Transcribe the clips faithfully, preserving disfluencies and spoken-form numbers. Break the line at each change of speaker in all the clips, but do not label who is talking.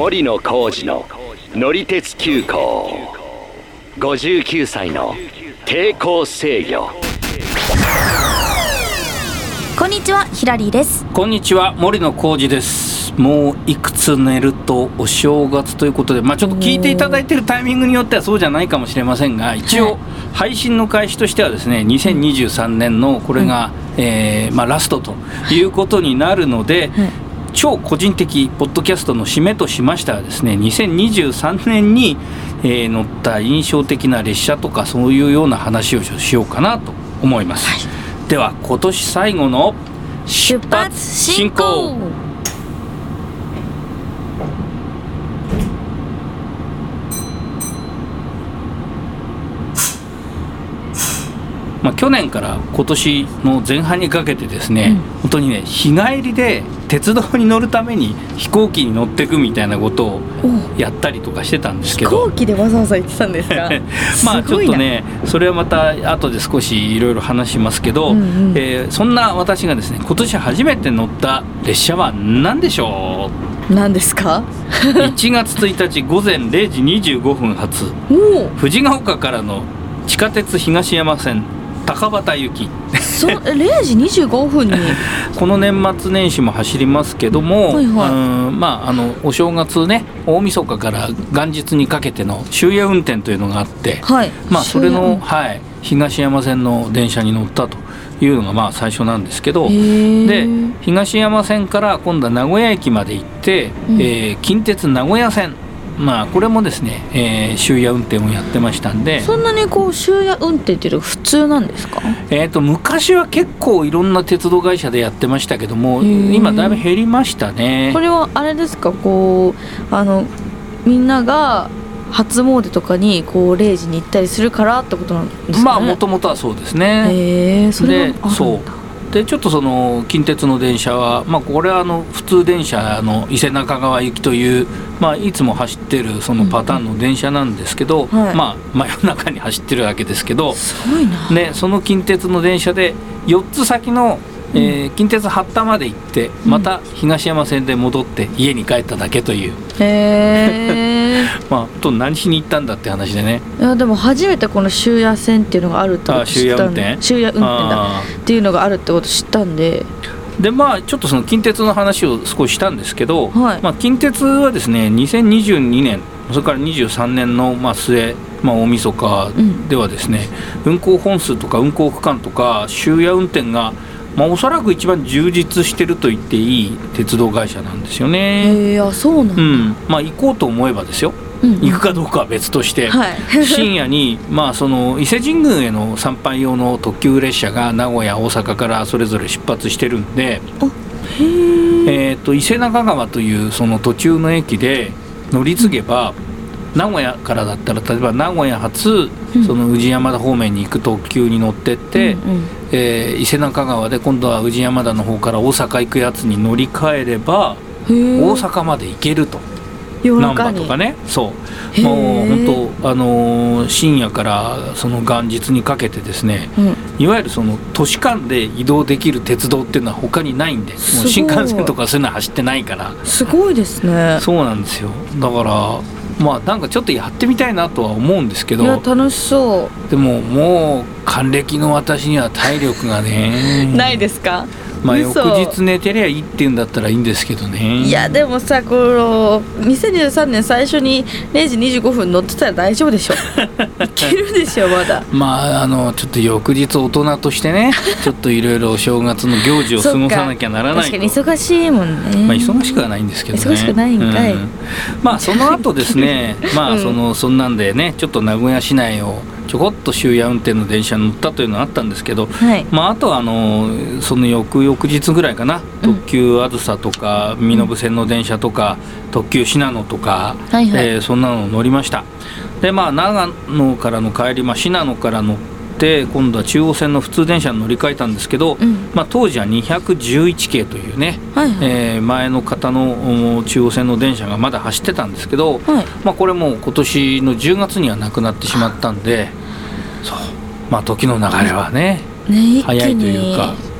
森野浩二の乗り鉄急行。ごじゅうきゅうさいの抵抗制御。
こんにちは、ヒラリーです。
こんにちは、森野浩二です。もういくつ寝るとお正月ということで、まあ、ちょっと聞いていただいているタイミングによってはそうじゃないかもしれませんが、一応配信の開始としてはですね、にせんにじゅうさんねんのこれが、うんえーまあ、ラストということになるので、うん超個人的ポッドキャストの締めとしましてはですね、にせんにじゅうさんねんに、えー、乗った印象的な列車とかそういうような話をしようかなと思います、はい、では今年最後の出発進行。まあ、去年から今年の前半にかけてですね、うん、本当にね日帰りで鉄道に乗るために飛行機に乗っていくみたいなことをやったりとかしてたんですけど、
飛行機でわざわざ行ってたんですか
まあちょっとねそれはまた後で少しいろいろ話しますけど、うんうんえー、そんな私がですね今年初めて乗った列車は何でしょ
う。何ですか
いちがつついたち午前れいじにじゅうごふん発藤ヶ丘からの地下鉄東山線高畑行き
それいじにじゅうごふんに
この年末年始も走りますけども、はいはいうんまあ、あのお正月ね大晦日から元日にかけての終夜運転というのがあって、はいまあ、それの、はい、東山線の電車に乗ったというのがまあ最初なんですけど、で東山線から今度は名古屋駅まで行って、うんえー、近鉄名古屋線まあ、これもですね、えー、終夜運転をやってましたんで。
そんなにこう終夜運転っていうのが普通なんですか？
えーと、昔は結構いろんな鉄道会社でやってましたけども今だいぶ減りましたね。
これはあれですかこうあのみんなが初詣とかにこうれいじに行ったりするからってことなんですかね。
まあもともとはそうですね。
へーそれはあるんだ。
でそうでちょっとその近鉄の電車は、まあ、これはあの普通電車の伊勢中川行きという、まあ、いつも走ってるそのパターンの電車なんですけど、うんうんはいまあ、真夜中に走ってるわけですけど
すごいな、
ね、その近鉄の電車でよっつ先の、うんえー、近鉄八田まで行ってまた東山線で戻って家に帰っただけという、うん、
へー
まあ、と何しに行ったんだって話でね。
いやでも初めてこの終夜線っていうのがあるってこと知ったんで、
あ
終夜運転だっていうのがあるってこと知ったんで
でまあちょっとその近鉄の話を少ししたんですけど、
はい
まあ、近鉄はですねにせんにじゅうにねんそれからにじゅうさんねんのまあ末、まあ、大晦日ではですね、うん、運行本数とか運行区間とか終夜運転がまあ、おそらく一番充実してると言っていい鉄道会社なんですよね。
へーあそうなんだ、
うんまあ、行こうと思えばですよ、うんうん、行くかどうかは別として、はい、深夜に、まあ、その伊勢神宮への参拝用の特急列車が名古屋大阪からそれぞれ出発してるんで、
あへー、
えー、と伊勢中川というその途中の駅で乗り継げば、うん、名古屋からだったら例えば名古屋発、うん、その宇治山田方面に行く特急に乗ってって、うんうんえー、伊勢中川で今度は宇治山田の方から大阪行くやつに乗り換えれば大阪まで行けると。難波とかねそうもう本当、あのー、深夜からその元日にかけてですね、うん、いわゆるその都市間で移動できる鉄道っていうのは他にないんでもう新幹線とかそういうのは走ってないから
すごいですね。
そうなんですよ。だからまあなんかちょっとやってみたいなとは思うんですけど、
いや楽しそう。
でももう還暦の私には体力がね
ないですか。
まあ翌日寝てりゃいいっていうんだったらいいんですけどね。
いやでもさこのにせんにじゅうさんねん最初にれいじにじゅうごふん乗ってたら大丈夫でしょいけるでしょまだ。
まああのちょっと翌日大人としてねちょっといろいろお正月の行事を過ごさなきゃならないと。
確かに忙しいもんね。
まあ忙しくはないんですけどね。
忙しくないんかい、うん、
まあその後ですねまあその、うん、そんなんでねちょっと名古屋市内をちょこっと終夜運転の電車に乗ったというのがあったんですけど、はいまあ、あとはあのその翌々日ぐらいかな、うん、特急あずさとか身延線の電車とか、うん、特急信濃とか、はいはいえー、そんなの乗りました。でまあ長野からの帰り、まあ、信濃から乗って今度は中央線の普通電車に乗り換えたんですけど、うんまあ、当時はにひゃくじゅういち系というね、はいはいえー、前の方の中央線の電車がまだ走ってたんですけど、はいまあ、これもう今年のじゅうがつにはなくなってしまったんでそう、まあ、時の流れはね、ね早いというか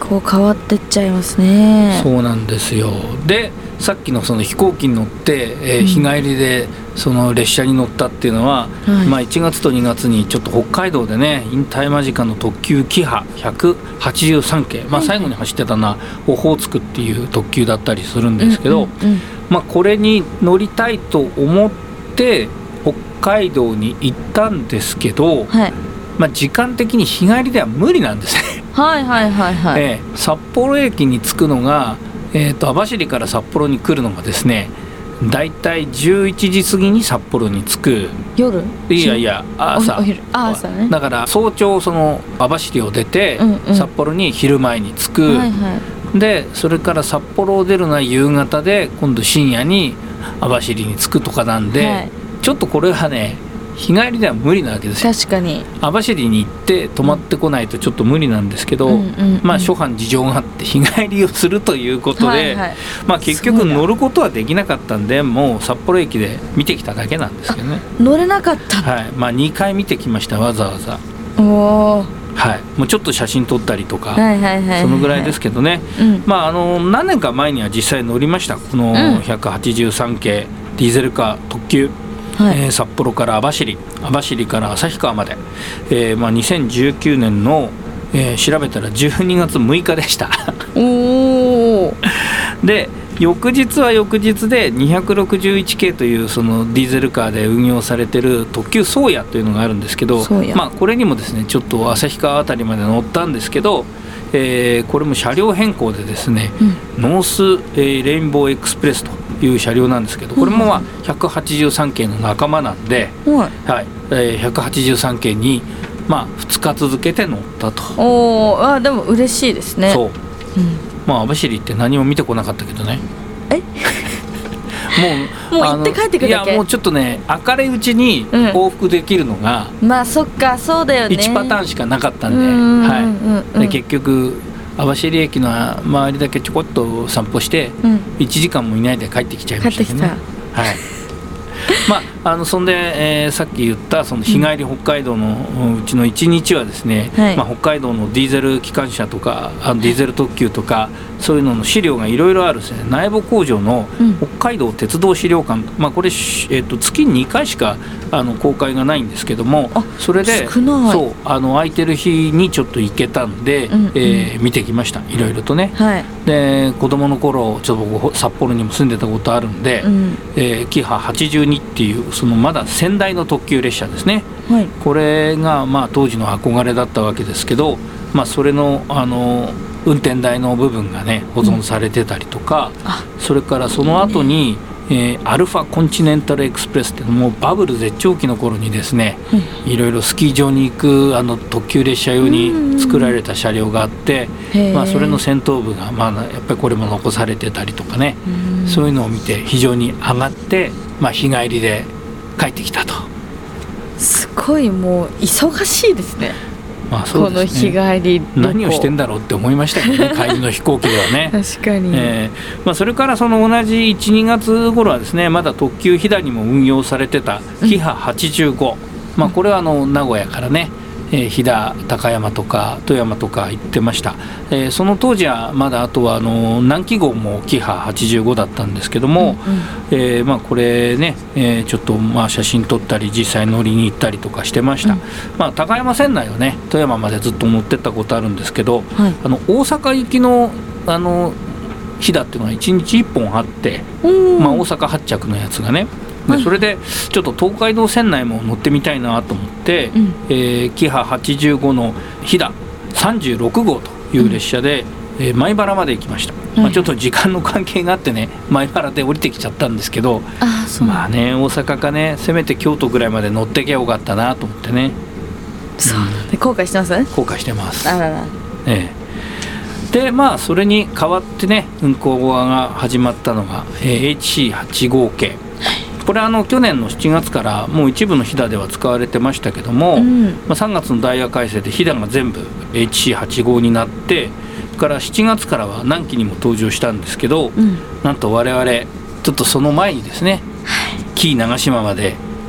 構変わってっちゃいますね。
そうなんですよ。でさっきのその飛行機に乗って、えー、日帰りでその列車に乗ったっていうのは、はい、まあ、いちがつとにがつにちょっと北海道でね引退間近の特急キハひゃくはちじゅうさんけい、まあ、最後に走ってたのはオホーツクっていう特急だったりするんですけど、うんうんうん、まあ、これに乗りたいと思って北海道に行ったんですけど、はい、まあ、時間的に日帰りでは無理なんですね。
はいはいはいはい、
えー、札幌駅に着くのが、えー、と網走から札幌に来るのがですねだいたいじゅういちじ過ぎに札幌に着く。
夜？
いやいや朝。
お昼、朝ね。
だから早朝その網走を出て、うんうん、札幌に昼前に着く、はいはい、でそれから札幌を出るのは夕方で今度深夜に網走に着くとかなんで、はい、ちょっとこれはね日帰りでは無理なわけですよ。
確かに
網走に行って泊まってこないとちょっと無理なんですけど、うんうんうん、まあ諸般事情があって日帰りをするということで、はいはい、まあ、結局乗ることはできなかったんでもう札幌駅で見てきただけなんですけどね。
乗れなかった、
はい、まあ、にかい見てきましたわざわざ。
おー、
はい、もうちょっと写真撮ったりとか、
はいはいはいはい、
そのぐらいですけどね、うん、まあ、あの何年か前には実際乗りましたこのひゃくはちじゅうさんけいディーゼルカー特急、はい、えー、札幌から網走網走から旭川まで、えーまあ、にせんじゅうきゅうねんの、えー、調べたらじゅうにがつむいかでした
お
で翌日は翌日でにひゃくろくじゅういちけいというそのディーゼルカーで運用されている特急宗谷というのがあるんですけど、まあ、これにもですねちょっと旭川あたりまで乗ったんですけど、えー、これも車両変更でですね、うん、ノース、えー、レインボーエクスプレスという車両なんですけど、これもまあひゃくはちじゅうさんけいの仲間なんで、うん、はい、えー、ひゃくはちじゅうさんけいに、まあ、ふつか続けて乗ったと。
おー、あ、でも嬉しいですね。
そう、うん、まあ網走って何も見てこなかったけどね。
え
もう、
もう行って帰ってくるだけ。
いやもうちょっとね明るいうちに往復できるのが、
うん、まあそっか、そうだよね、
いちパターンしかなかったんで、はい、で結局網走駅の周りだけちょこっと散歩して、うん、いちじかんもいないで帰ってきちゃいましたけどね。はい、まあ、あのそんで、えー、さっき言ったその日帰り北海道のうちのいちにちはですね、うん、まあ、北海道のディーゼル機関車とかあのディーゼル特急とかそういうのの資料がいろいろあるですね、内部工場の北海道鉄道資料館、うん、まあ、これ、えー、と月ににかいしかあの公開がないんですけども、それでそうあの空いてる日にちょっと行けたんで、うんうん、えー、見てきました、いろいろとね、はい、で子供の頃ちょっと僕札幌にも住んでたことあるんで、うん、えー、キハはちじゅうにっていうそのまだ先代の特急列車ですね、はい、これがまあ当時の憧れだったわけですけど、まあ、それのあの運転台の部分がね保存されてたりとか、うん、それからその後に、えー、アルファコンチネンタルエクスプレスっていうのもバブル絶頂期の頃にですね、うん、いろいろスキー場に行くあの特急列車用に作られた車両があって、まあ、それの先頭部が、まあ、やっぱりこれも残されてたりとかね、うん、そういうのを見て非常に上がって、まあ、日帰りで帰ってきたと。
すごいもう忙しいですね。
まあそうですね、
この日帰り
何をしてんだろうって思いましたけどね帰りの飛行機ではね
確かに、
えーまあ、それからその同じいち、にがつ頃はですねまだ特急ひだにも運用されてたキハはちじゅうご、うん、まあ、これはあの名古屋からねえー、飛騨高山とか富山とか行ってました、えー、その当時はまだあとはあの南紀号もキハはちじゅうごだったんですけども、うんうん、えーまあ、これね、えー、ちょっとまあ写真撮ったり実際乗りに行ったりとかしてました、うん、まあ、高山線内をね富山までずっと乗ってったことあるんですけど、はい、あの大阪行きのあの飛騨っていうのがいちにちいっぽんあって、まあ、大阪発着のやつがねでそれでちょっと東海道線内も乗ってみたいなと思って、うん、えー、キハはちじゅうごの飛騨さんじゅうろくごうという列車で、うん、えー、米原まで行きました、うん、まあ、ちょっと時間の関係があってね米原で降りてきちゃったんですけど、
あ、そう、
まあね大阪かねせめて京都ぐらいまで乗ってきゃよかったなと思ってね。
そうなんで、後悔してます？
後悔してます。
あらら、
ええ、でまあそれに代わってね運行が始まったのが、えー、エイチシーはちごうけい、これはあの去年のしちがつからもう一部の飛騨では使われてましたけども、うん、まあ、さんがつのダイヤ改正で飛騨が全部 エイチシーはちごう になってからしちがつからは南紀にも登場したんですけど、うん、なんと我々ちょっとその前にですね、はい、紀伊長島まで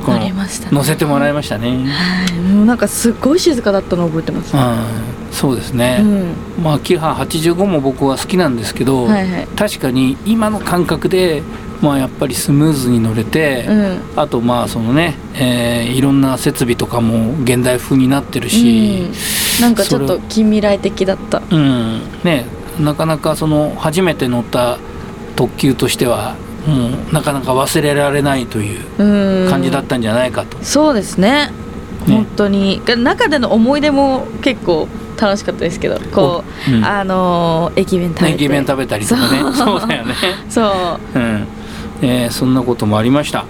この
ありましたね、
乗せてもらいましたね。
はい、もうなんかすっごい静かだったのを覚えてます、
うん、そうですね、うん、まあキハはちじゅうごも僕は好きなんですけど、はいはい、確かに今の感覚でまあ、やっぱりスムーズに乗れて、うん、あとまあそのね、えー、いろんな設備とかも現代風になってるし、
うん、なんかちょっと近未来的だった、
うんね、なかなかその初めて乗った特急としてはもうなかなか忘れられないという感じだったんじゃないかと。
そうですね、本当に中での思い出も結構楽しかったですけど、こう、うん、あのー、駅弁食べて
駅弁食べたりとかね。そうだよね。
そう、うん
えー、そんなこともありました、はい、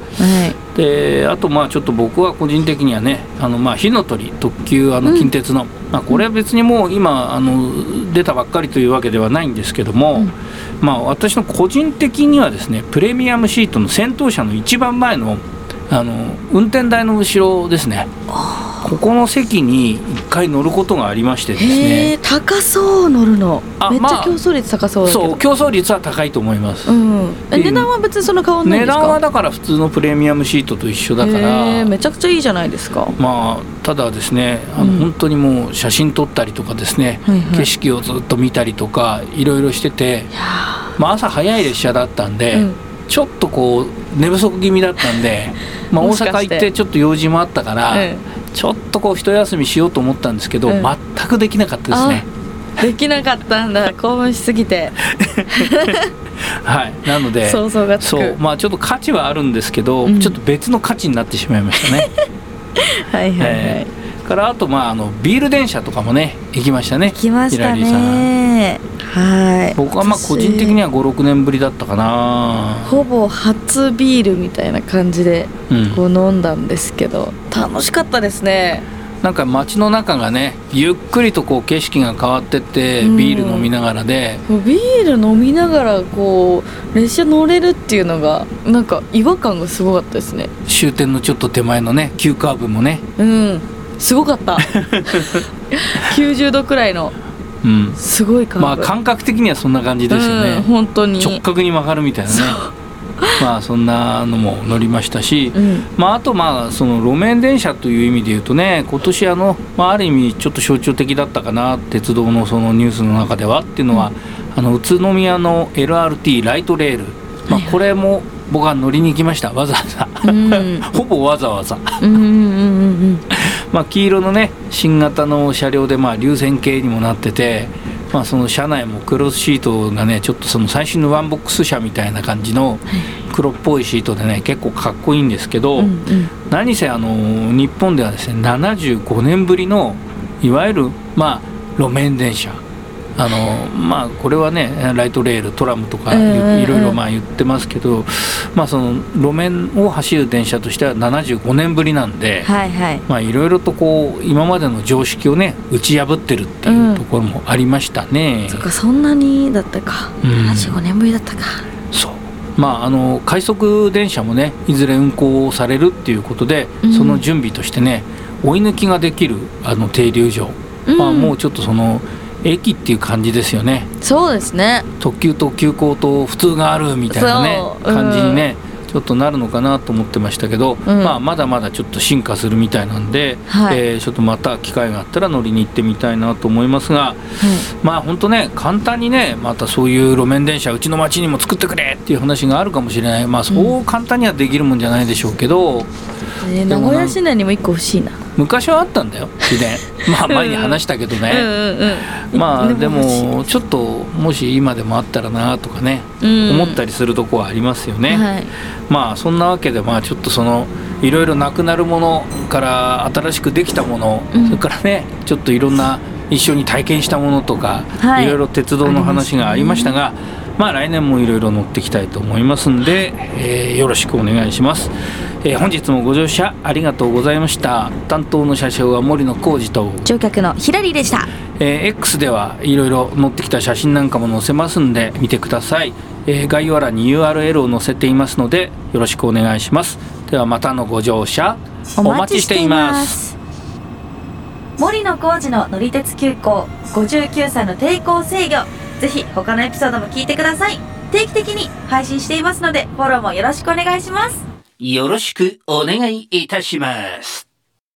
であとまあちょっと僕は個人的にはねあのまあ火の鳥特急あの近鉄の、うんまあ、これは別にもう今あの出たばっかりというわけではないんですけども、うんまあ、私の個人的にはですねプレミアムシートの先頭車の一番前のあの運転台の後ろですね、ここの席に一回乗ることがありましてですね。
へー、高そう乗るのめっちゃ競争率高そうだけど、
まあ、そう競争率は高いと思います、
うん、え値段は別にそんな変わんないんですか？
値段はだから普通のプレミアムシートと一緒だから
へーめちゃくちゃいいじゃないですか。
まあただですねあの、うん、本当にもう写真撮ったりとかですね、はいはい、景色をずっと見たりとかいろいろしてて、まあ、朝早い列車だったんで、うんちょっとこう寝不足気味だったんで、まあ、大阪行ってちょっと用事もあったから、うん、ちょっとこう一休みしようと思ったんですけど、うん、全くできなかったですね。
できなかったんだ興奮しすぎて
はいなので
想像がつく
そう、まあ、ちょっと価値はあるんですけど、うん、ちょっと別の価値になってしまいましたね
はいはいはい、
えー、からあと、まあ、あのビール電車とかもね行きましたね。
行きましたね。はい、
僕はまあ個人的にはごろくねんぶりだったかな。
ほぼ初ビールみたいな感じでこう飲んだんですけど、うん、楽しかったですね。
なんか街の中がねゆっくりとこう景色が変わってって、うん、ビール飲みながらで
ビール飲みながらこう列車乗れるっていうのがなんか違和感がすごかったですね。
終点のちょっと手前のね急カーブもね
うんすごかったきゅうじゅうどくらいのうん、すごいカーブ、
まあ、感覚的にはそんな感じですよね、
うん、本当に
直角に曲がるみたいなねまあそんなのも乗りましたし、うんまあ、あとまあその路面電車という意味で言うとね今年あの、まあ、ある意味ちょっと象徴的だったかな鉄道のそのニュースの中ではっていうのは、うん、あの宇都宮の エルアールティー ライトレール、まあ、これも僕は乗りに行きましたわざわざ、うん、ほぼわざわざうんうんうんうんまあ、黄色のね新型の車両でまあ流線形にもなってて、まあ、その車内もクロスシートがねちょっとその最新のワンボックス車みたいな感じの黒っぽいシートでね結構かっこいいんですけど、うんうん、何せあの日本ではですねななじゅうごねんぶりのいわゆるまあ路面電車あのまあこれはねライトレールトラムとかいろいろまあ言ってますけど、まあその路面を走る電車としてはななじゅうごねんぶりなんで、はいはい、まあいろいろとこう今までの常識をね打ち破ってるっていうところもありましたね、
うん、そっかそんなにだったか、うん、ななじゅうごねんぶりだったか。
そうまああの快速電車もねいずれ運行されるっていうことで、うん、その準備としてね追い抜きができるあの停留所、うん、まあもうちょっとその駅っていう感じですよね。
そうですね
特急と急行と普通があるみたいなね、うん、感じにねちょっとなるのかなと思ってましたけど、うん、まあ、まだまだちょっと進化するみたいなんで、はい、えー、ちょっとまた機会があったら乗りに行ってみたいなと思いますが、うん、まあ本当ね簡単にねまたそういう路面電車うちの町にも作ってくれっていう話があるかもしれない。まあそう簡単にはできるもんじゃないでしょうけど、
うんね、名古屋市内にもいっこ欲しいな。
昔はあったんだよ市電まあ前に話したけどねうんうん、うん、まあでもちょっともし今でもあったらなとかね、うん、思ったりするとこはありますよね、はい、まあそんなわけでまあちょっとそのいろいろなくなるものから新しくできたもの、うん、それからねちょっといろんな一緒に体験したものとか、はい、いろいろ鉄道の話がありましたが、まあ来年もいろいろ乗っていきたいと思いますんで、えー、よろしくお願いします。えー、本日もご乗車ありがとうございました。担当の車掌は森野浩二と
乗客のヒラリーでした。
えー、X ではいろいろ乗ってきた写真なんかも載せますんで見てください。えー、概要欄に ユーアールエル を載せていますのでよろしくお願いします。ではまたのご乗車お待ちしています。
森野浩二の乗り鉄急行ごじゅうきゅうさいの抵抗制御、ぜひ他のエピソードも聞いてください。定期的に配信していますのでフォローもよろしくお願いします。
よろしくお願いいたします。